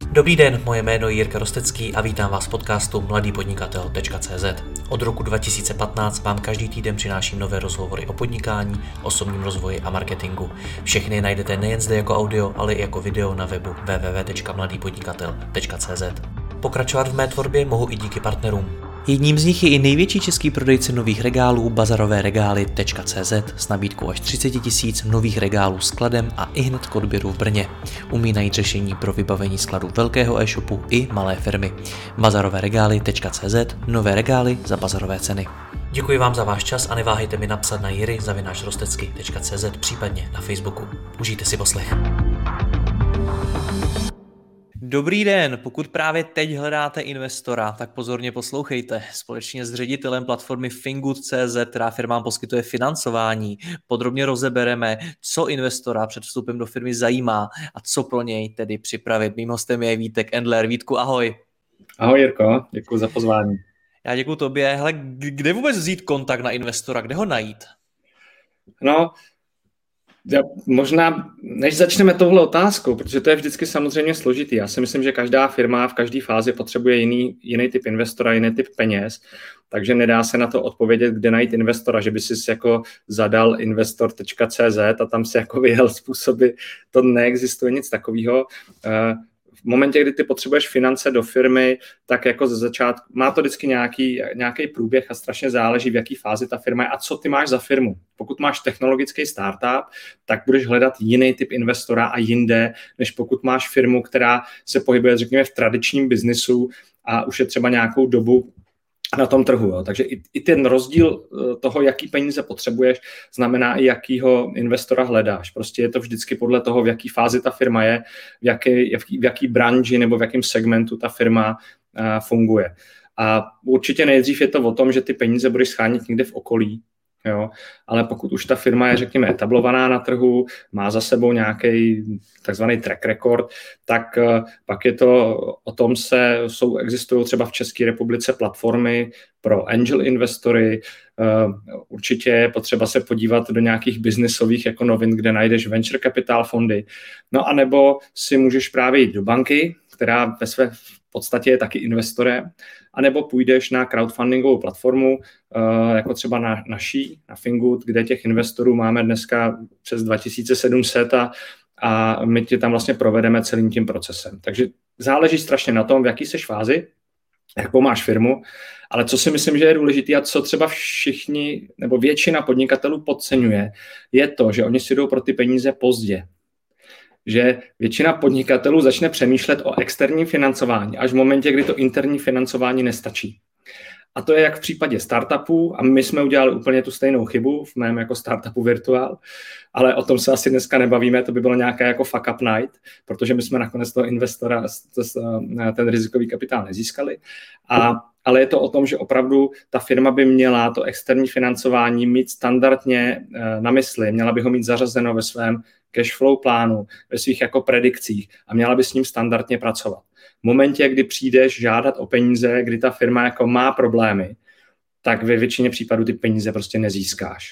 Dobrý den, moje jméno je Jirka Rostecký a vítám vás v podcastu mladýpodnikatel.cz. Od roku 2015 vám každý týden přináším nové rozhovory o podnikání, osobním rozvoji a marketingu. Všechny najdete nejen zde jako audio, ale i jako video na webu www.mladýpodnikatel.cz. Pokračovat v mé tvorbě mohu i díky partnerům. Jedním z nich je i největší český prodejce nových regálů bazaroveregály.cz s nabídkou až 30 000 nových regálů skladem a ihned k odběru v Brně. Umí najít řešení pro vybavení skladu velkého e-shopu i malé firmy. bazaroveregály.cz, nové regály za bazarové ceny. Děkuji vám za váš čas a neváhejte mi napsat na jiry@rostecky.cz, případně na Facebooku. Užijte si poslech. Dobrý den, pokud právě teď hledáte investora, tak pozorně poslouchejte. Společně s ředitelem platformy Fingood.cz, která firmám poskytuje financování, podrobně rozebereme, co investora před vstupem do firmy zajímá a co pro něj tedy připravit. Mým hostem je Vítek Endler. Vítku, ahoj. Ahoj Jirko, děkuji za pozvání. Já děkuji tobě. Hele, kde vůbec vzít kontakt na investora, kde ho najít? No, možná, než začneme touhle otázkou, protože to je vždycky samozřejmě složitý. Já si myslím, že každá firma v každé fázi potřebuje jiný typ investora, jiný typ peněz, takže nedá se na to odpovědět, kde najít investora, že by si jako zadal investor.cz a tam si jako vyjel způsoby, to neexistuje nic takového. V momentě, kdy ty potřebuješ finance do firmy, tak jako ze začátku má to vždycky nějaký průběh a strašně záleží, v jaký fázi ta firma je a co ty máš za firmu. Pokud máš technologický startup, tak budeš hledat jiný typ investora a jinde, než pokud máš firmu, která se pohybuje, řekněme, v tradičním biznisu a už je třeba nějakou dobu na tom trhu. Jo. Takže i ten rozdíl toho, jaký peníze potřebuješ, znamená i jakýho investora hledáš. Prostě je to vždycky podle toho, v jaký fázi ta firma je, v jaký branži nebo v jakém segmentu ta firma funguje. A určitě nejdřív je to o tom, že ty peníze budeš schánit někde v okolí, jo? Ale pokud už ta firma je, řekněme, etablovaná na trhu, má za sebou nějaký takzvaný track record, tak pak je to o tom existují třeba v České republice platformy pro angel investory, určitě je potřeba se podívat do nějakých biznisových jako novin, kde najdeš venture capital fondy, no a nebo si můžeš právě jít do banky, která ve své v podstatě je taky investorem, anebo půjdeš na crowdfundingovou platformu, jako třeba na Fingood, kde těch investorů máme dneska přes 2700 a my tě tam vlastně provedeme celým tím procesem. Takže záleží strašně na tom, v jaký seš fázi, jakou máš firmu, ale co si myslím, že je důležité a co třeba všichni nebo většina podnikatelů podceňuje, je to, že oni si jdou pro ty peníze pozdě. Že většina podnikatelů začne přemýšlet o externím financování až v momentě, kdy to interní financování nestačí. A to je jak v případě startupů a my jsme udělali úplně tu stejnou chybu v mém jako startupu Virtual, ale o tom se asi dneska nebavíme, to by bylo nějaké jako fuck up night, protože my jsme nakonec toho investora ten rizikový kapitál nezískali. Ale je to o tom, že opravdu ta firma by měla to externí financování mít standardně na mysli, měla by ho mít zařazeno ve svém cash flow plánu, ve svých jako predikcích a měla by s ním standardně pracovat. V momentě, kdy přijdeš žádat o peníze, kdy ta firma jako má problémy, tak ve většině případů ty peníze prostě nezískáš.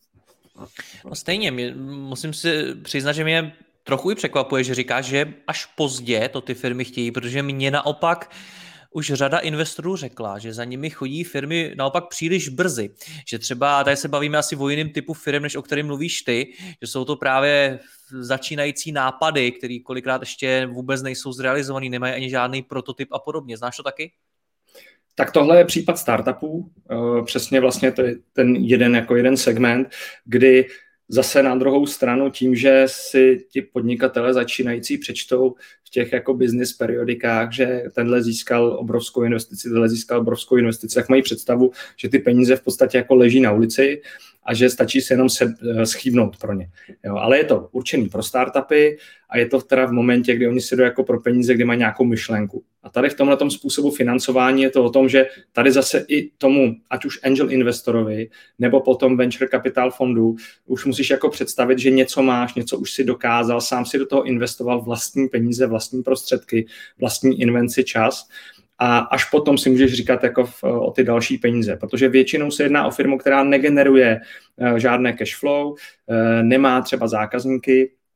No stejně, musím si přiznat, že mě trochu i překvapuje, že říkáš, že až pozdě to ty firmy chtějí, protože mě naopak už řada investorů řekla, že za nimi chodí firmy naopak příliš brzy. Že třeba, tady se bavíme asi o jiném typu firm, než o kterém mluvíš ty, že jsou to právě začínající nápady, které kolikrát ještě vůbec nejsou zrealizovaný, nemají ani žádný prototyp a podobně. Znáš to taky? Tak tohle je případ startupů. Přesně vlastně to je ten jeden segment, kdy zase na druhou stranu tím, že si ti podnikatelé začínající přečtou v těch jako business periodikách, že tenhle získal obrovskou investici, tak mají představu, že ty peníze v podstatě jako leží na ulici a že stačí se jenom schýbnout pro ně. Jo, ale je to určený pro startupy a je to teda v momentě, kdy oni si jdou jako pro peníze, kdy mají nějakou myšlenku. A tady v tomhletom způsobu financování je to o tom, že tady zase i tomu, ať už angel investorovi, nebo potom venture capital fondu, už musíš jako představit, že něco máš, něco už si dokázal, sám si do toho investoval vlastní peníze, vlastní prostředky, vlastní invenci, čas. A až potom si můžeš říkat jako o ty další peníze, protože většinou se jedná o firmu, která negeneruje žádné cash flow, nemá třeba zákazníky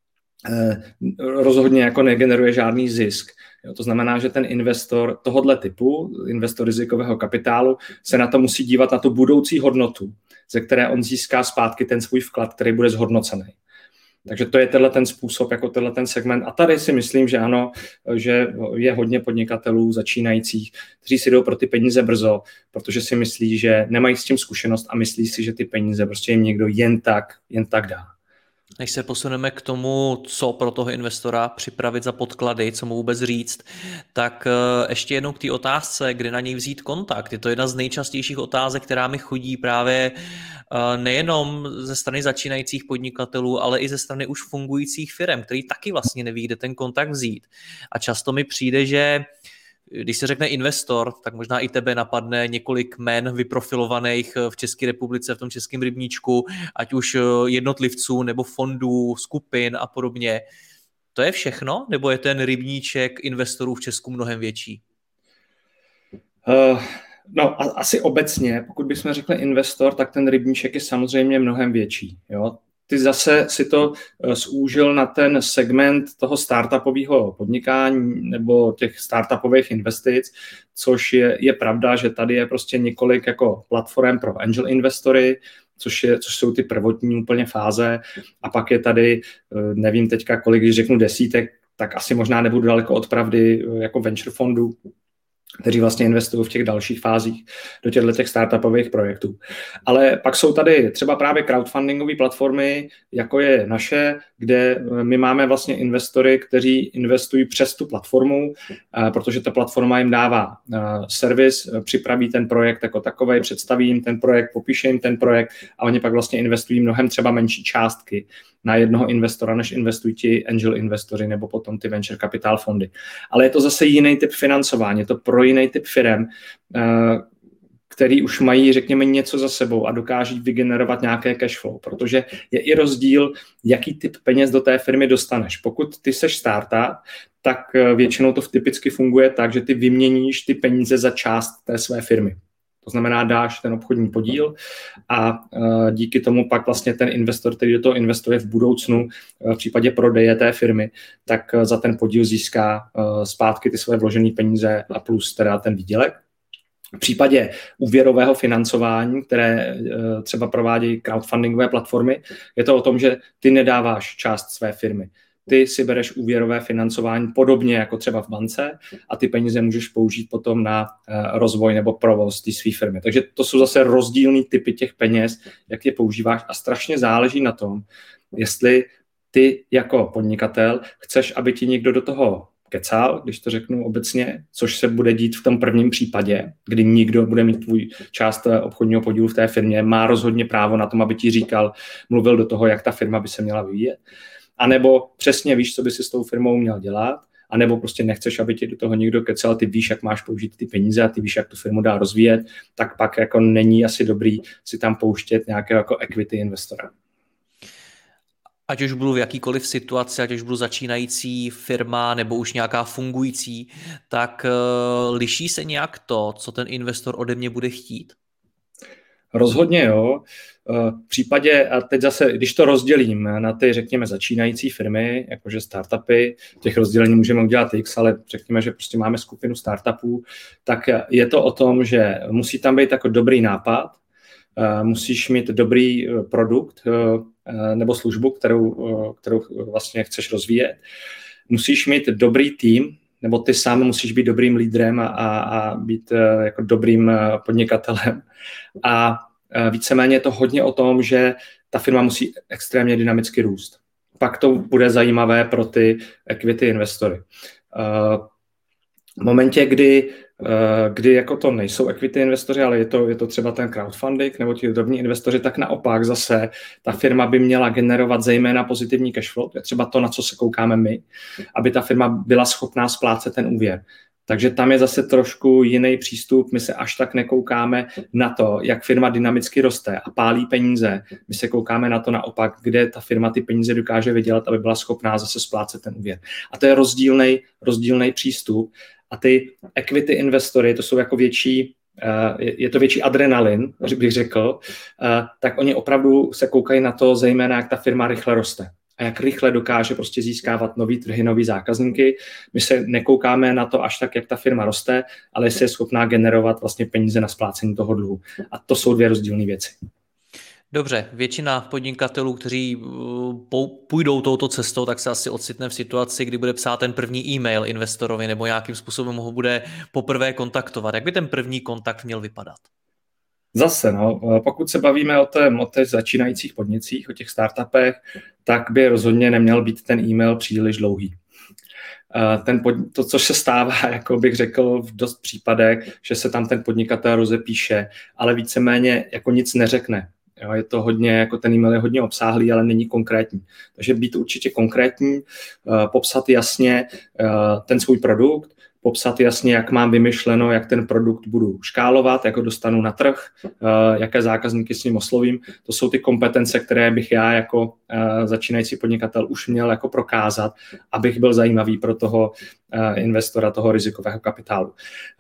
rozhodně jako negeneruje žádný zisk. Jo, to znamená, že ten investor tohoto typu, investor rizikového kapitálu, se na to musí dívat na tu budoucí hodnotu, ze které on získá zpátky ten svůj vklad, který bude zhodnocený. Takže to je tenhle ten způsob, jako tenhle ten segment. A tady si myslím, že ano, že je hodně podnikatelů začínajících, kteří si jdou pro ty peníze brzo, protože si myslí, že nemají s tím zkušenost a myslí si, že ty peníze prostě jim někdo jen tak dá. Než se posuneme k tomu, co pro toho investora připravit za podklady, co mu vůbec říct, tak ještě jednou k té otázce, kde na něj vzít kontakt. Je to jedna z nejčastějších otázek, která mi chodí právě nejenom ze strany začínajících podnikatelů, ale i ze strany už fungujících firem, který taky vlastně neví, kde ten kontakt vzít. A často mi přijde, že když se řekne investor, tak možná i tebe napadne několik jmen vyprofilovaných v České republice, v tom českém rybníčku, ať už jednotlivců nebo fondů, skupin a podobně. To je všechno? Nebo je ten rybníček investorů v Česku mnohem větší? No, asi obecně, pokud bychom řekli investor, tak ten rybníček je samozřejmě mnohem větší. Jo? Ty zase si to zúžil na ten segment toho startupového podnikání nebo těch startupových investic, což je pravda, že tady je prostě několik jako platform pro angel investory, což jsou ty prvotní úplně fáze, a pak je tady, nevím teďka kolik, když řeknu desítek, tak asi možná nebudu daleko od pravdy, jako venture fondů, kteří vlastně investují v těch dalších fázích do těch startupových projektů. Ale pak jsou tady třeba právě crowdfundingové platformy, jako je naše, kde my máme vlastně investory, kteří investují přes tu platformu, protože ta platforma jim dává servis, připraví ten projekt jako takovej, představí jim ten projekt, popíše jim ten projekt a oni pak vlastně investují mnohem třeba menší částky na jednoho investora, než investují ti angel investoři nebo potom ty venture capital fondy. Ale je to zase jiný typ financování, je to pro jiný typ firem, který už mají, řekněme, něco za sebou a dokáží vygenerovat nějaké cash flow, protože je i rozdíl, jaký typ peněz do té firmy dostaneš. Pokud ty seš startup, tak většinou to typicky funguje tak, že ty vyměníš ty peníze za část té své firmy. To znamená, dáš ten obchodní podíl a díky tomu pak vlastně ten investor, který do toho investuje v budoucnu, v případě prodeje té firmy, tak za ten podíl získá zpátky ty své vložené peníze a plus teda ten výdělek. V případě úvěrového financování, které třeba provádějí crowdfundingové platformy, je to o tom, že ty nedáváš část své firmy. Ty si bereš úvěrové financování podobně jako třeba v bance a ty peníze můžeš použít potom na rozvoj nebo provoz té své firmy. Takže to jsou zase rozdílný typy těch peněz, jak je používáš, a strašně záleží na tom, jestli ty jako podnikatel chceš, aby ti někdo do toho kecal, když to řeknu obecně, což se bude dít v tom prvním případě, kdy nikdo bude mít tvůj část obchodního podílu v té firmě, má rozhodně právo na tom, aby ti říkal, mluvil do toho, jak ta firma by se měla vyvíjet. A nebo přesně víš, co by si s tou firmou měl dělat, a nebo prostě nechceš, aby ti do toho někdo kecal, ty víš, jak máš použít ty peníze a ty víš, jak tu firmu dá rozvíjet, tak pak jako není asi dobrý si tam pouštět nějakého jako equity investora. Ať už budu v jakýkoliv situaci, ať už budu začínající firma nebo už nějaká fungující, tak liší se nějak to, co ten investor ode mě bude chtít? Rozhodně jo. V případě, a teď zase, když to rozdělím na ty, řekněme, začínající firmy, jakože startupy, těch rozdělení můžeme udělat x, ale řekněme, že prostě máme skupinu startupů, tak je to o tom, že musí tam být jako dobrý nápad, musíš mít dobrý produkt nebo službu, kterou vlastně chceš rozvíjet. Musíš mít dobrý tým, nebo ty sám musíš být dobrým lídrem a být jako dobrým podnikatelem. A víceméně je to hodně o tom, že ta firma musí extrémně dynamicky růst. Pak to bude zajímavé pro ty equity investory. V momentě, kdy jako to nejsou equity investoři, ale je to třeba ten crowdfunding nebo ti drobní investoři, tak naopak zase ta firma by měla generovat zejména pozitivní cash flow, to je třeba to, na co se koukáme my, aby ta firma byla schopná splácet ten úvěr. Takže tam je zase trošku jiný přístup, my se až tak nekoukáme na to, jak firma dynamicky roste a pálí peníze, my se koukáme na to naopak, kde ta firma ty peníze dokáže vydělat, aby byla schopná zase splácet ten úvěr. A to je rozdílnej přístup. A ty equity investory, to jsou jako větší, je to větší adrenalin, bych řekl, tak oni opravdu se koukají na to, zejména jak ta firma rychle roste. a jak rychle dokáže prostě získávat nový trhy, nový zákazníky. My se nekoukáme na to až tak, jak ta firma roste, ale jestli je schopná generovat vlastně peníze na splácení toho dluhu. A to jsou dvě rozdílné věci. Dobře, většina podnikatelů, kteří půjdou touto cestou, tak se asi ocitne v situaci, kdy bude psát ten první e-mail investorovi nebo nějakým způsobem ho bude poprvé kontaktovat. Jak by ten první kontakt měl vypadat? Zase, pokud se bavíme o těch začínajících podnicích, o těch startupech, tak by rozhodně neměl být ten e-mail příliš dlouhý. To, co se stává, jako bych řekl v dost případech, že se tam ten podnikatel rozepíše, ale víceméně jako nic neřekne. Jo, je to hodně, jako ten e-mail je hodně obsáhlý, ale není konkrétní. Takže být určitě konkrétní, popsat jasně ten svůj produkt, popsat jasně, jak mám vymyšleno, jak ten produkt budu škálovat, jak ho dostanu na trh, jaké zákazníky s ním oslovím. To jsou ty kompetence, které bych já jako začínající podnikatel už měl jako prokázat, abych byl zajímavý pro toho investora, toho rizikového kapitálu.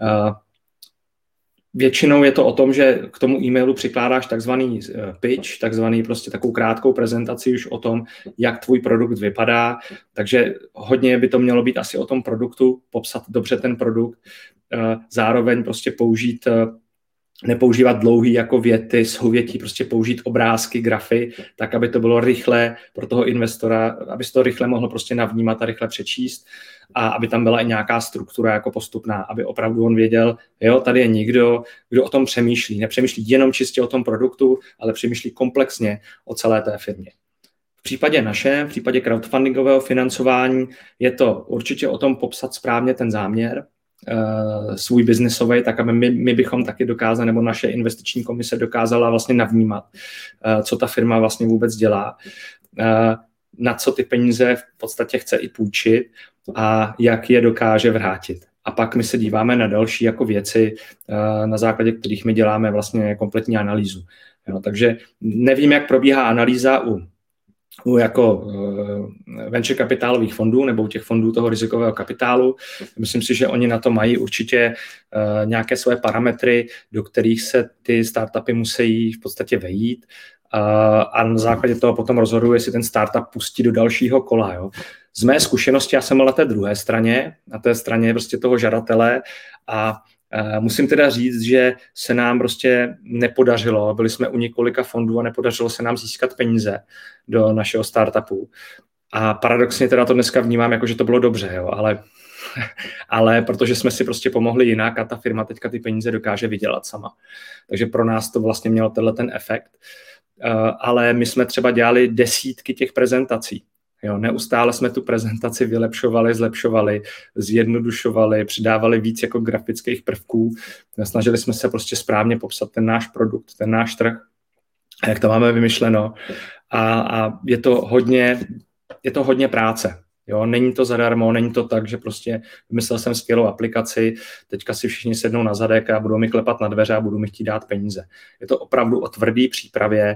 Většinou je to o tom, že k tomu e-mailu přikládáš takzvaný pitch, takzvaný prostě takovou krátkou prezentaci už o tom, jak tvůj produkt vypadá, takže hodně by to mělo být asi o tom produktu, popsat dobře ten produkt, zároveň prostě nepoužívat dlouhý jako věty, souvětí, prostě použít obrázky, grafy, tak, aby to bylo rychle pro toho investora, aby se to rychle mohlo prostě navnímat a rychle přečíst a aby tam byla i nějaká struktura jako postupná, aby opravdu on věděl, jo, tady je někdo, kdo o tom přemýšlí. Nepřemýšlí jenom čistě o tom produktu, ale přemýšlí komplexně o celé té firmě. V případě crowdfundingového financování je to určitě o tom popsat správně ten záměr, svůj biznesový, tak aby my bychom taky dokázali, nebo naše investiční komise dokázala vlastně navnímat, co ta firma vlastně vůbec dělá, na co ty peníze v podstatě chce i půjčit a jak je dokáže vrátit. A pak my se díváme na další jako věci, na základě kterých my děláme vlastně kompletní analýzu. Jo, takže nevím, jak probíhá analýza u jako venture kapitálových fondů nebo u těch fondů toho rizikového kapitálu. Myslím si, že oni na to mají určitě nějaké své parametry, do kterých se ty startupy musí v podstatě vejít a na základě toho potom rozhodují, jestli ten startup pustí do dalšího kola. Jo. Z mé zkušenosti, já jsem byl na té druhé straně, na té straně prostě toho žadatele a musím teda říct, že se nám prostě nepodařilo, byli jsme u několika fondů a nepodařilo se nám získat peníze do našeho startupu. A paradoxně teda to dneska vnímám jako, že to bylo dobře, jo, ale protože jsme si prostě pomohli jinak a ta firma teďka ty peníze dokáže vydělat sama. Takže pro nás to vlastně mělo ten efekt. Ale my jsme třeba dělali desítky těch prezentací. Jo, neustále jsme tu prezentaci vylepšovali, zlepšovali, zjednodušovali, přidávali víc jako grafických prvků. Snažili jsme se prostě správně popsat ten náš produkt, ten náš trh, jak to máme vymyšleno. A je to hodně práce. Jo, není to zadarmo, není to tak, že prostě vymyslel jsem skvělou aplikaci, teďka si všichni sednou na zadek a budou mi klepat na dveře a budou mi chtít dát peníze. Je to opravdu o tvrdý přípravě.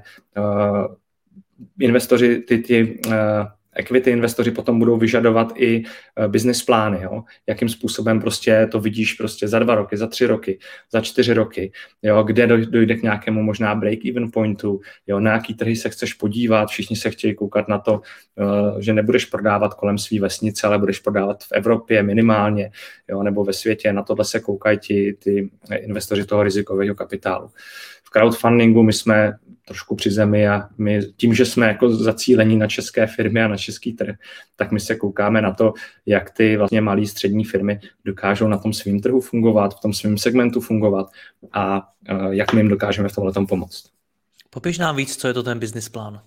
Investoři, equity investoři potom budou vyžadovat i business plány, jo? Jakým způsobem prostě to vidíš prostě za 2 roky, za 3 roky, za 4 roky, jo? Kde dojde k nějakému možná break-even pointu, jo? Na jaký trhy se chceš podívat, všichni se chtějí koukat na to, že nebudeš prodávat kolem své vesnice, ale budeš prodávat v Evropě minimálně, jo? Nebo ve světě, na tohle se koukají ty investoři toho rizikového kapitálu. V crowdfundingu my jsme trošku při zemi a my tím, že jsme jako zacílení na české firmy a na český trh, tak my se koukáme na to, jak ty vlastně malé střední firmy dokážou na tom svým trhu fungovat, v tom svém segmentu fungovat a jak my jim dokážeme v tomhletom pomoct. Popiš nám víc, co je to ten business plán.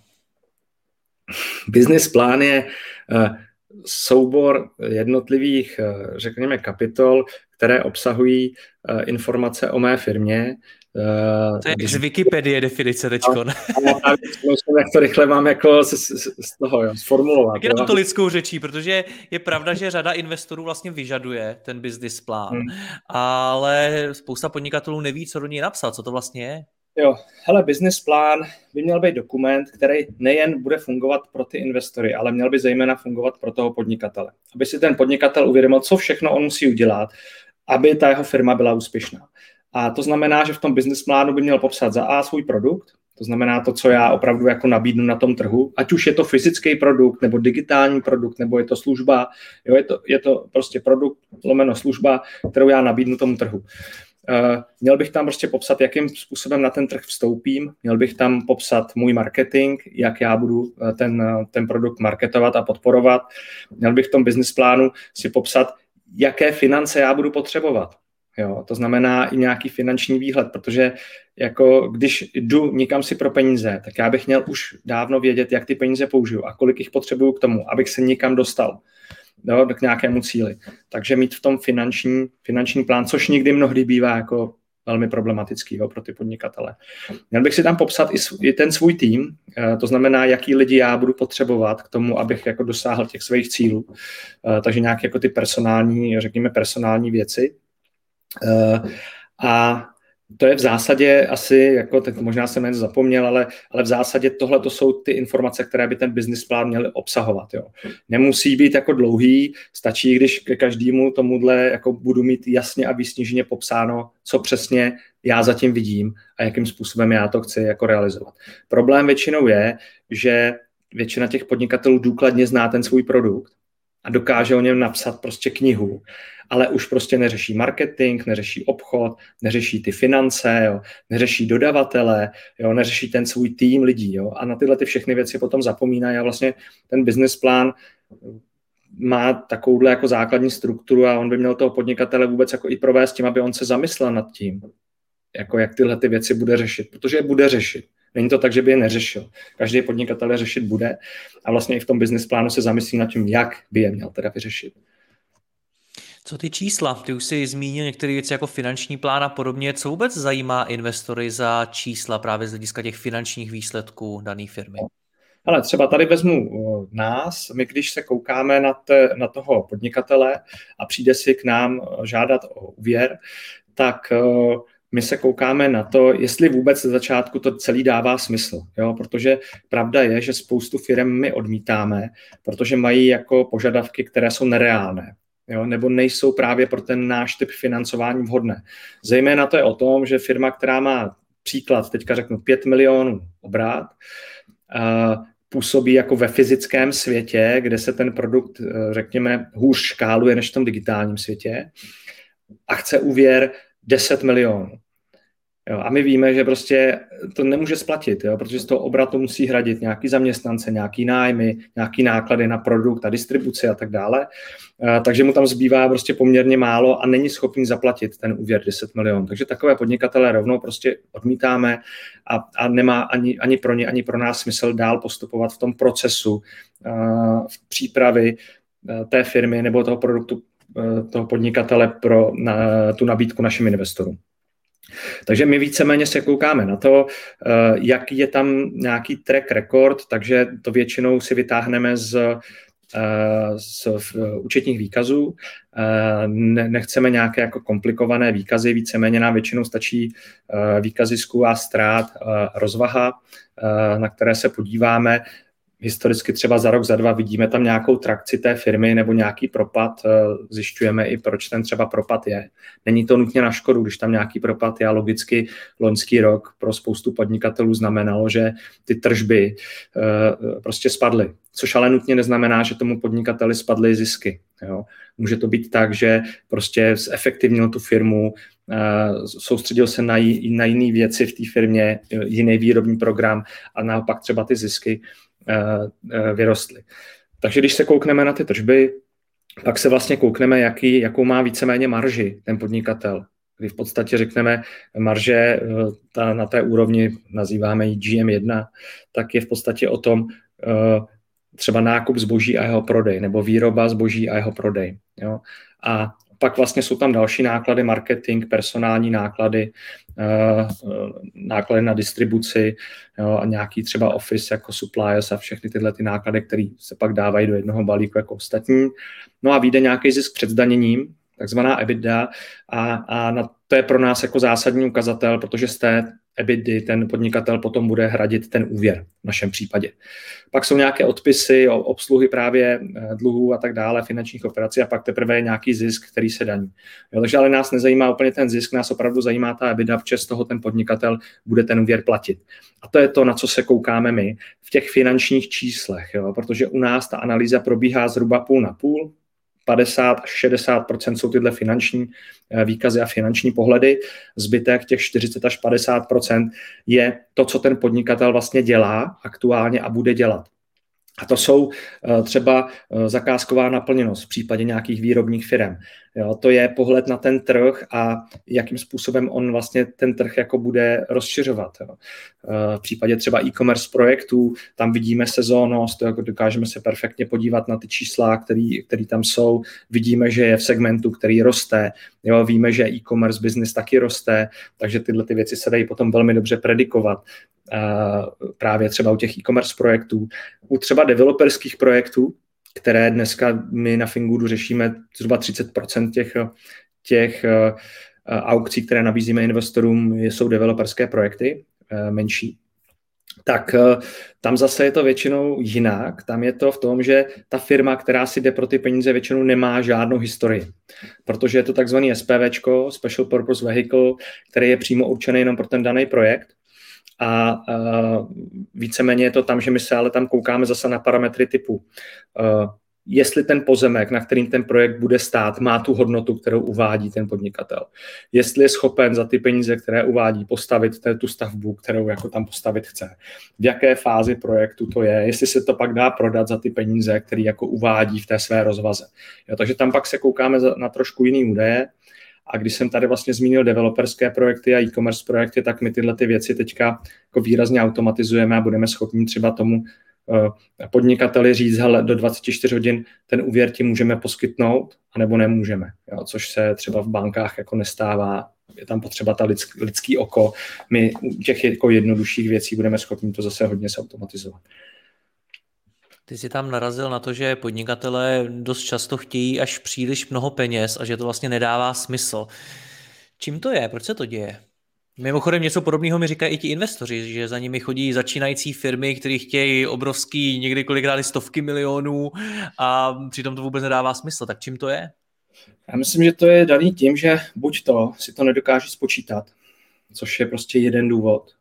Business plán je soubor jednotlivých, řekněme, kapitol, které obsahují informace o mé firmě. To je z Wikipedie definice teďko. Jak to rychle mám jako z toho sformulovat. Tak jenom to lidskou řečí, protože je pravda, že řada investorů vlastně vyžaduje ten business plán, ale spousta podnikatelů neví, co do něj napsat, co to vlastně je. Jo, hele, business plán by měl být dokument, který nejen bude fungovat pro ty investory, ale měl by zejména fungovat pro toho podnikatele. Aby si ten podnikatel uvědomil, co všechno on musí udělat, aby ta jeho firma byla úspěšná. A to znamená, že v tom business plánu by měl popsat za A svůj produkt, To znamená to, co já opravdu jako nabídnu na tom trhu, ať už je to fyzický produkt, nebo digitální produkt, nebo je to služba, jo, je to prostě produkt lomeno služba, kterou já nabídnu tomu trhu. Měl bych tam prostě popsat, jakým způsobem na ten trh vstoupím, měl bych tam popsat můj marketing, jak já budu ten produkt marketovat a podporovat, měl bych v tom business plánu si popsat, jaké finance já budu potřebovat. Jo, to znamená i nějaký finanční výhled, protože jako když jdu někam si pro peníze, tak já bych měl už dávno vědět, jak ty peníze použiju a kolik jich potřebuju k tomu, abych se někam dostal, jo, k nějakému cíli. Takže mít v tom finanční plán, což někdy mnohdy bývá jako velmi problematický, jo, pro ty podnikatele. Měl bych si tam popsat i ten svůj tým, to znamená, jaký lidi já budu potřebovat k tomu, abych jako dosáhl těch svých cílů. Takže nějaké jako ty personální věci. A to je v zásadě asi, jako teď možná jsem jen zapomněl, ale v zásadě tohle to jsou ty informace, které by ten business plán měl obsahovat. Jo. Nemusí být jako dlouhý, stačí, když ke každému tomuhle jako budu mít jasně a výsněžně popsáno, co přesně já zatím vidím a jakým způsobem já to chci jako realizovat. Problém většinou je, že většina těch podnikatelů důkladně zná ten svůj produkt a dokáže o něm napsat prostě knihu, ale už prostě neřeší marketing, neřeší obchod, neřeší ty finance, jo, neřeší dodavatele, jo, neřeší ten svůj tým lidí. Jo, a na tyhle ty všechny věci potom zapomínají a vlastně ten business plán má takovouhle jako základní strukturu a on by měl toho podnikatele vůbec jako i provést tím, aby on se zamyslel nad tím, jako jak tyhle ty věci bude řešit, protože je bude řešit. Není to tak, že by je neřešil. Každý podnikatel je řešit bude a vlastně i v tom business plánu se zamyslí nad tím, jak by je měl teda vyřešit. Co ty čísla? Ty už jsi zmínil některé věci jako finanční plán a podobně. Co vůbec zajímá investory za čísla právě z hlediska těch finančních výsledků dané firmy? Ale třeba tady vezmu nás, my když se koukáme na toho podnikatele a přijde si k nám žádat o úvěr, tak my se koukáme na to, jestli vůbec ze začátku to celý dává smysl. Jo? Protože pravda je, že spoustu firem my odmítáme, protože mají jako požadavky, které jsou nereálné. Jo, nebo nejsou právě pro ten náš typ financování vhodné. Zejména to je o tom, že firma, která má příklad, teďka řeknu 5 milionů obrat, působí jako ve fyzickém světě, kde se ten produkt, řekněme, hůř škáluje než v tom digitálním světě a chce úvěr 10 milionů. Jo, a my víme, že prostě to nemůže splatit, jo, protože z toho obratu musí hradit nějaký zaměstnance, nějaký nájmy, nějaký náklady na produkt a distribuci a tak dále. Takže mu tam zbývá prostě poměrně málo a není schopný zaplatit ten úvěr 10 milionů. Takže takové podnikatele rovnou prostě odmítáme a nemá ani pro ně, ani pro nás smysl dál postupovat v tom procesu v přípravy té firmy nebo toho produktu, toho podnikatele pro tu nabídku našim investorům. Takže my víceméně se koukáme na to, jaký je tam nějaký track record, takže to většinou si vytáhneme z účetních výkazů. Nechceme nějaké jako komplikované výkazy, víceméně nám většinou stačí výkazy zisku a ztrát, rozvaha, na které se podíváme. Historicky třeba za rok, za dva vidíme tam nějakou trakci té firmy nebo nějaký propad, zjišťujeme i, proč ten třeba propad je. Není to nutně na škodu, když tam nějaký propad je a logicky loňský rok pro spoustu podnikatelů znamenalo, že ty tržby prostě spadly, což ale nutně neznamená, že tomu podnikateli spadly zisky. Jo. Může to být tak, že prostě zefektivnil tu firmu, soustředil se na jiné věci v té firmě, jiný výrobní program a naopak třeba ty zisky vyrostly. Takže když se koukneme na ty tržby, pak se vlastně koukneme, jakou má víceméně marži ten podnikatel. Kdy v podstatě řekneme marže na té úrovni, nazýváme ji GM1, tak je v podstatě o tom třeba nákup zboží a jeho prodej, nebo výroba zboží a jeho prodej. Jo? A pak vlastně jsou tam další náklady, marketing, personální náklady, náklady na distribuci, jo, a nějaký třeba office jako suppliers a všechny tyhle ty náklady, které se pak dávají do jednoho balíku jako ostatní. No a vyjde nějaký zisk před zdaněním, takzvaná EBITDA to je pro nás jako zásadní ukazatel, protože z té EBITDA ten podnikatel potom bude hradit ten úvěr v našem případě. Pak jsou nějaké odpisy, obsluhy právě dluhů a tak dále, finančních operací a pak teprve je nějaký zisk, který se daní. Jo, takže ale nás nezajímá úplně ten zisk, nás opravdu zajímá ta EBITDA, včas toho ten podnikatel bude ten úvěr platit. A to je to, na co se koukáme my v těch finančních číslech, jo, protože u nás ta analýza probíhá zhruba půl na půl, 50 až 60% jsou tyhle finanční výkazy a finanční pohledy. Zbytek těch 40 až 50% je to, co ten podnikatel vlastně dělá aktuálně a bude dělat. A to jsou třeba zakázková naplněnost v případě nějakých výrobních firem. Jo, to je pohled na ten trh a jakým způsobem on vlastně ten trh jako bude rozšiřovat. Jo. V případě třeba e-commerce projektů, tam vidíme sezónnost, jako dokážeme se perfektně podívat na ty čísla, které tam jsou. Vidíme, že je v segmentu, který roste. Jo, víme, že e-commerce business taky roste, takže tyhle ty věci se dají potom velmi dobře predikovat. Právě třeba u těch e-commerce projektů. U třeba developerských projektů, které dneska my na Fingudu řešíme zhruba 30% těch aukcí, které nabízíme investorům, jsou developerské projekty menší. Tak tam zase je to většinou jinak. Tam je to v tom, že ta firma, která si jde pro ty peníze, většinou nemá žádnou historii. Protože je to takzvaný SPVčko, Special Purpose Vehicle, který je přímo určený jenom pro ten daný projekt. A víceméně je to tam, že my se ale tam koukáme zase na parametry typu, jestli ten pozemek, na kterým ten projekt bude stát, má tu hodnotu, kterou uvádí ten podnikatel. Jestli je schopen za ty peníze, které uvádí, postavit tu stavbu, kterou jako tam postavit chce. V jaké fázi projektu to je, jestli se to pak dá prodat za ty peníze, které jako uvádí v té své rozvaze. Jo, takže tam pak se koukáme na trošku jiný údaje. A když jsem tady vlastně zmínil developerské projekty a e-commerce projekty, tak my tyhle ty věci teďka jako výrazně automatizujeme a budeme schopni třeba tomu podnikateli říct, hele, do 24 hodin ten úvěr ti můžeme poskytnout, anebo nemůžeme, jo, což se třeba v bankách jako nestává. Je tam potřeba ta lidský oko. My u těch jako jednodušších věcí budeme schopni to zase hodně zautomatizovat. Ty jsi tam narazil na to, že podnikatelé dost často chtějí až příliš mnoho peněz a že to vlastně nedává smysl. Čím to je? Proč se to děje? Mimochodem něco podobného mi říkají i ti investoři, že za nimi chodí začínající firmy, které chtějí obrovský, někdy kolikrát stovky milionů a přitom to vůbec nedává smysl. Tak čím to je? Já myslím, že to je daný tím, že buď to si to nedokáží spočítat, což je prostě jeden důvod,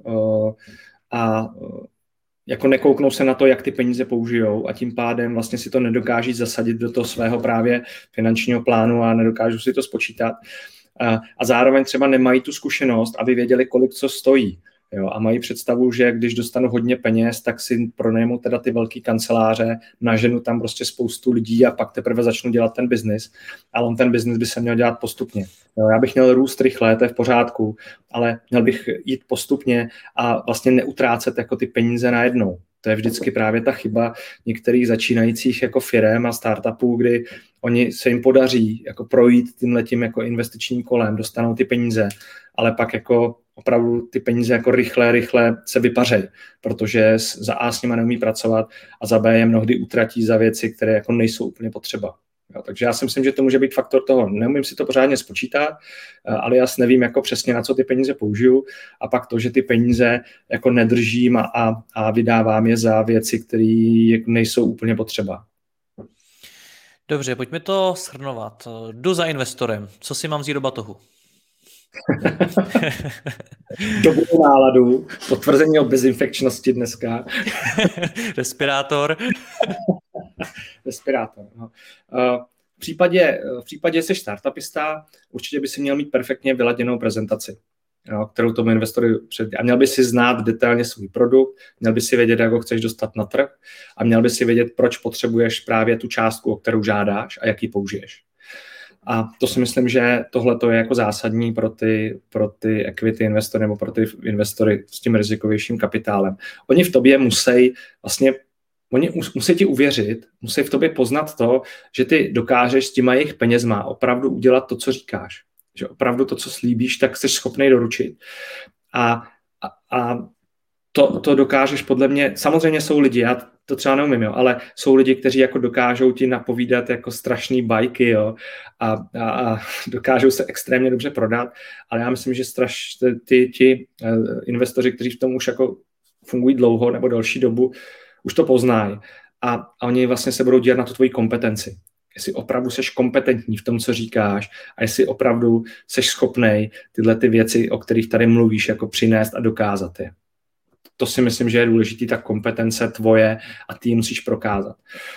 a jako nekouknou se na to, jak ty peníze použijou a tím pádem vlastně si to nedokáží zasadit do toho svého právě finančního plánu a nedokážou si to spočítat. A zároveň třeba nemají tu zkušenost, aby věděli, kolik co stojí. Jo, a mají představu, že když dostanu hodně peněz, tak si pronajmu teda ty velké kanceláře, naženu tam prostě spoustu lidí a pak teprve začnu dělat ten biznis. Ale on ten biznis by se měl dělat postupně. Jo, já bych měl růst rychle, to je v pořádku, ale měl bych jít postupně a vlastně neutrácet jako ty peníze najednou. To je vždycky právě ta chyba některých začínajících jako firem a startupů, kdy oni se jim podaří jako projít tímhletím jako investičním kolem, dostanou ty peníze, ale pak jako opravdu ty peníze jako rychle se vypařejí, protože za A s nima neumí pracovat a za B je mnohdy utratí za věci, které jako nejsou úplně potřeba. Jo, takže já si myslím, že to může být faktor toho. Neumím si to pořádně spočítat, ale já nevím jako přesně, na co ty peníze použiju a pak to, že ty peníze jako nedržím a vydávám je za věci, které nejsou úplně potřeba. Dobře, pojďme to shrnovat. Jdu za investorem. Co si mám vzít do batohu? Dobrou náladu, potvrzení o bezinfekčnosti dneska. Respirátor. Respirátor. No. V případě jsi startupista, určitě by si měl mít perfektně vyladěnou prezentaci, jo, kterou tomu investory a měl by si znát detailně svůj produkt, měl by si vědět, jak ho chceš dostat na trh a měl by si vědět, proč potřebuješ právě tu částku, o kterou žádáš a jak ji použiješ. A to si myslím, že tohle je jako zásadní pro ty equity investory nebo pro ty investory s tím rizikovějším kapitálem. Oni v tobě musí ti uvěřit, musí v tobě poznat to, že ty dokážeš s těma jejich penězma opravdu udělat to, co říkáš. Že opravdu to, co slíbíš, tak jsi schopný doručit. A to dokážeš podle mě, samozřejmě jsou lidi, já to třeba neumím, jo, ale jsou lidi, kteří jako dokážou ti napovídat jako strašný bajky, jo, a dokážou se extrémně dobře prodat, ale já myslím, že ti investoři, kteří v tom už jako fungují dlouho nebo delší dobu, už to poznají a oni vlastně se budou dívat na tu tvoji kompetenci. Jestli opravdu seš kompetentní v tom, co říkáš a jestli opravdu seš schopnej tyhle ty věci, o kterých tady mluvíš, jako přinést a dokázat je. To si myslím, že je důležitý, ta kompetence tvoje a ty ji musíš prokázat.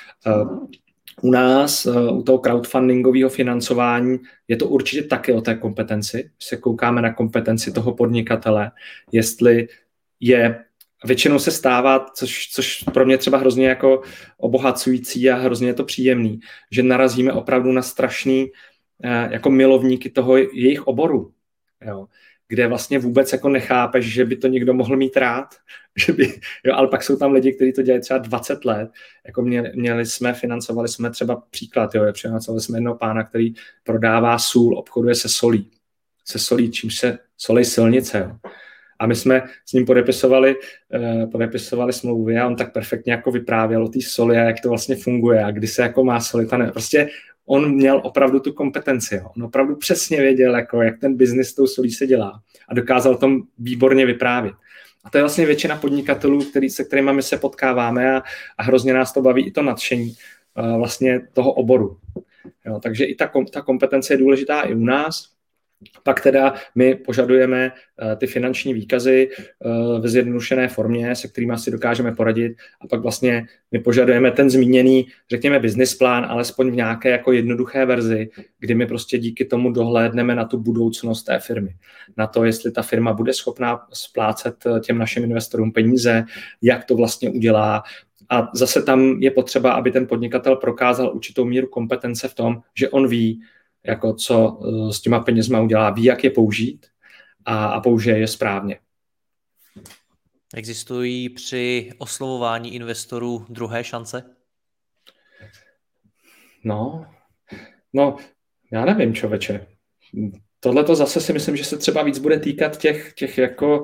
U nás, u toho crowdfundingového financování, je to určitě taky o té kompetenci. Když se koukáme na kompetenci toho podnikatele, jestli je, většinou se stává, což pro mě třeba hrozně jako obohacující a hrozně je to příjemný, že narazíme opravdu na strašný jako milovníky toho jejich oboru. Jo. Kde vlastně vůbec jako nechápeš, že by to někdo mohl mít rád, ale pak jsou tam lidi, kteří to dělají třeba 20 let, jako financovali jsme třeba příklad, financovali jsme jednoho pána, který prodává sůl, obchoduje se solí, čímž se solí silnice, jo. A my jsme s ním podepisovali smlouvy a on tak perfektně jako vyprávěl o té soli a jak to vlastně funguje a kdy se jako má solit. Prostě on měl opravdu tu kompetenci. Jo. On opravdu přesně věděl, jako, jak ten biznis s tou solí se dělá a dokázal o tom výborně vyprávět. A to je vlastně většina podnikatelů, se kterými my se potkáváme a hrozně nás to baví i to nadšení vlastně toho oboru. Jo, takže i ta kompetence je důležitá i u nás. Pak teda my požadujeme ty finanční výkazy ve zjednodušené formě, se kterými si dokážeme poradit a pak vlastně my požadujeme ten zmíněný, řekněme, business plán, alespoň v nějaké jako jednoduché verzi, kdy my prostě díky tomu dohlédneme na tu budoucnost té firmy. Na to, jestli ta firma bude schopná splácet těm našim investorům peníze, jak to vlastně udělá. A zase tam je potřeba, aby ten podnikatel prokázal určitou míru kompetence v tom, že on ví, jako co s těma penězma udělá, ví, jak je použít a použije je správně. Existují při oslovování investorů druhé šance? No, já nevím, člověče. Tohle to zase si myslím, že se třeba víc bude týkat těch jako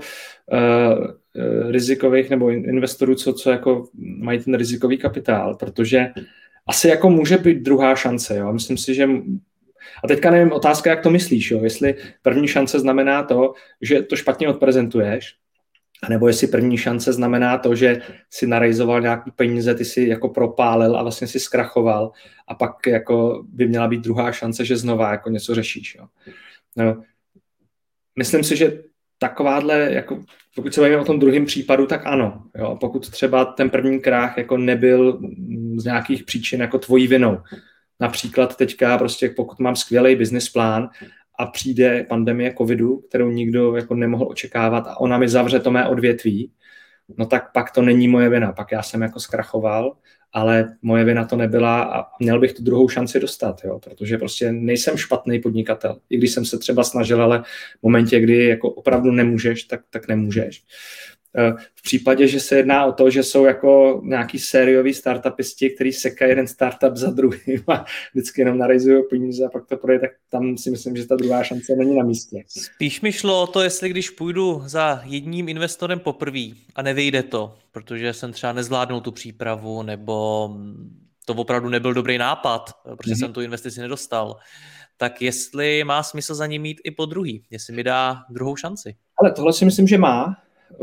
rizikových nebo investorů, co jako mají ten rizikový kapitál, protože asi jako může být druhá šance. Jo? Myslím si, že a teďka nevím, otázka, jak to myslíš, jo? Jestli první šance znamená to, že to špatně odprezentuješ, nebo jestli první šance znamená to, že si narejzoval nějaký peníze, ty si jako propálil a vlastně si zkrachoval a pak jako by měla být druhá šance, že znova jako něco řešíš. Jo? No, myslím si, že takováhle, jako, pokud se bavíme o tom druhém případu, tak ano. Jo? Pokud třeba ten první krách jako nebyl z nějakých příčin jako tvojí vinou. Například teďka prostě pokud mám skvělý business plán a přijde pandemie covidu, kterou nikdo jako nemohl očekávat a ona mi zavře to mé odvětví, no tak pak to není moje vina. Pak já jsem jako zkrachoval, ale moje vina to nebyla a měl bych tu druhou šanci dostat, jo? Protože prostě nejsem špatný podnikatel. I když jsem se třeba snažil, ale v momentě, kdy jako opravdu nemůžeš, tak nemůžeš. V případě, že se jedná o to, že jsou jako nějaký sérioví startupisti, kteří sekají jeden startup za druhým a vždycky jenom narejzují peníze a pak to projde, tak tam si myslím, že ta druhá šance není na místě. Spíš mi šlo o to, jestli když půjdu za jedním investorem poprvé a nevyjde to, protože jsem třeba nezvládnul tu přípravu nebo to opravdu nebyl dobrý nápad, protože jsem tu investici nedostal, tak jestli má smysl za ním mít i po druhý, jestli mi dá druhou šanci. Ale tohle si myslím, že má.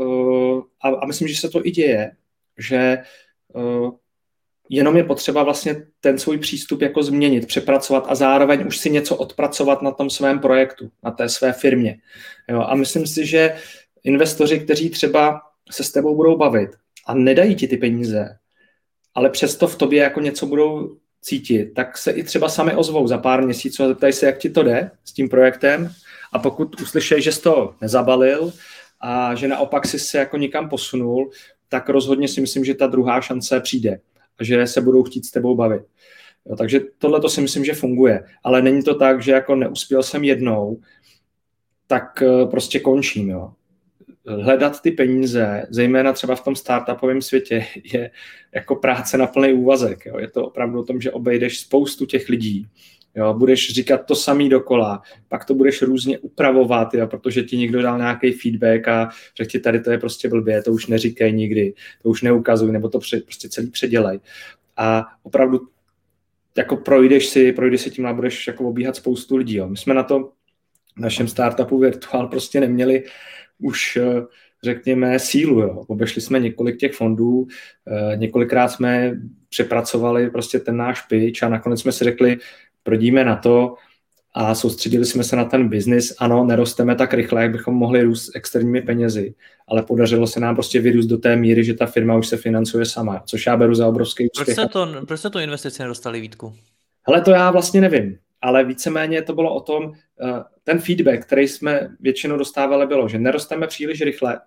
A myslím, že se to i děje, že jenom je potřeba vlastně ten svůj přístup jako změnit, přepracovat a zároveň už si něco odpracovat na tom svém projektu, na té své firmě. Jo, a myslím si, že investoři, kteří třeba se s tebou budou bavit a nedají ti ty peníze, ale přesto v tobě jako něco budou cítit, tak se i třeba sami ozvou za pár měsíců a zeptají se, jak ti to jde s tím projektem a pokud uslyšej, že jsi to nezabalil, a že naopak si se jako nikam posunul, tak rozhodně si myslím, že ta druhá šance přijde a že se budou chtít s tebou bavit. Jo, takže tohle to si myslím, že funguje. Ale není to tak, že jako neuspěl jsem jednou, tak prostě končím. Jo. Hledat ty peníze, zejména třeba v tom startupovém světě, je jako práce na plný úvazek. Jo. Je to opravdu o tom, že obejdeš spoustu těch lidí, Jo, budeš říkat to samý dokola, pak to budeš různě upravovat, jo, protože ti někdo dal nějaký feedback a řekl ti, tady to je prostě blbě, to už neříkej nikdy, to už neukazuj, nebo to prostě celý předělej. A opravdu jako projdeš si tím a budeš jako obíhat spoustu lidí. Jo. My jsme na to v našem startupu Virtual prostě neměli už, řekněme, sílu. Jo. Obešli jsme několik těch fondů, několikrát jsme přepracovali prostě ten náš pitch a nakonec jsme si řekli, prodíme na to a soustředili jsme se na ten biznis. Ano, nerosteme tak rychle, jak bychom mohli růst externími penězi, ale podařilo se nám prostě vyrůst do té míry, že ta firma už se financuje sama, což já beru za obrovský úspěch. Proč jste tu investici nedostali, Vítku? Hele, to já vlastně nevím, ale víceméně to bylo o tom, ten feedback, který jsme většinou dostávali, bylo, že nerosteme příliš rychle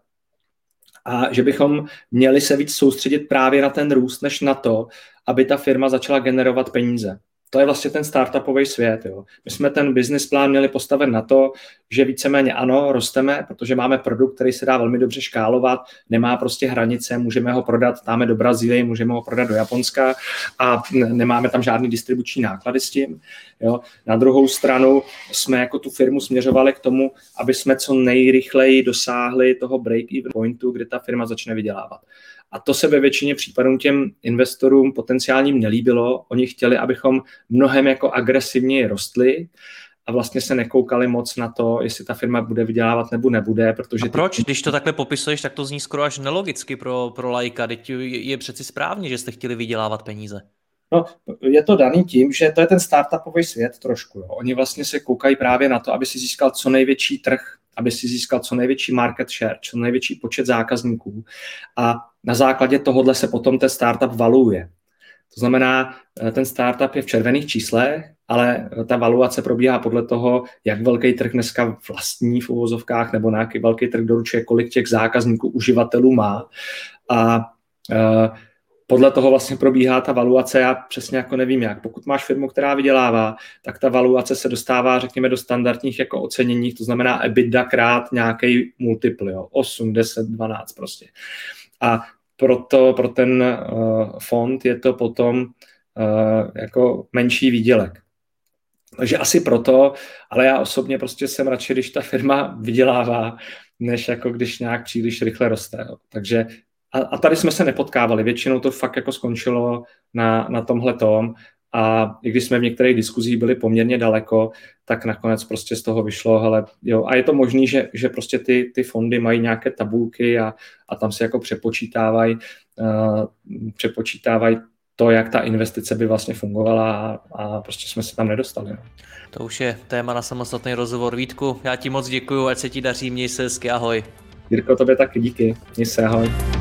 a že bychom měli se víc soustředit právě na ten růst, než na to, aby ta firma začala generovat peníze. To je vlastně ten startupový svět. Jo. My jsme ten business plán měli postavit na to, že víceméně ano, rosteme, protože máme produkt, který se dá velmi dobře škálovat, nemá prostě hranice, můžeme ho prodat, dáme do Brazílie, můžeme ho prodat do Japonska a nemáme tam žádný distribuční náklady s tím. Jo. Na druhou stranu jsme jako tu firmu směřovali k tomu, aby jsme co nejrychleji dosáhli toho break-even pointu, kde ta firma začne vydělávat. A to se ve většině případů těm investorům potenciálním nelíbilo. Oni chtěli, abychom mnohem jako agresivněji rostli a vlastně se nekoukali moc na to, jestli ta firma bude vydělávat nebo nebude. Protože a proč? Když to takhle popisuješ, tak to zní skoro až nelogicky pro laika. Teď je přeci správně, že jste chtěli vydělávat peníze. No, je to daný tím, že to je ten startupový svět trošku. Jo. Oni vlastně se koukají právě na to, aby si získal co největší trh, aby si získal co největší market share, co největší počet zákazníků a na základě tohohle se potom ten startup valuuje. To znamená, ten startup je v červených číslech, ale ta valuace probíhá podle toho, jak velký trh dneska vlastní v uvozovkách nebo na jaký velký trh doručuje, kolik těch zákazníků, uživatelů má a podle toho vlastně probíhá ta valuace, já přesně jako nevím jak. Pokud máš firmu, která vydělává, tak ta valuace se dostává, řekněme, do standardních jako ocenění, to znamená EBITDA krát nějaký multiple, jo, 8, 10, 12 prostě. A pro ten fond je to potom jako menší výdělek. Takže asi proto, ale já osobně prostě jsem radši, když ta firma vydělává, než jako když nějak příliš rychle roste. Jo. Takže a tady jsme se nepotkávali, většinou to fakt jako skončilo na tomhletom a i když jsme v některých diskuzích byli poměrně daleko, tak nakonec prostě z toho vyšlo, hele, jo, a je to možný, že prostě ty fondy mají nějaké tabulky a tam se jako přepočítávají to, jak ta investice by vlastně fungovala a prostě jsme se tam nedostali. No. To už je téma na samostatný rozhovor. Vítku, já ti moc děkuju, ať se ti daří, měj se hezky, ahoj. Jirko, tobě taky díky, měj se, ahoj.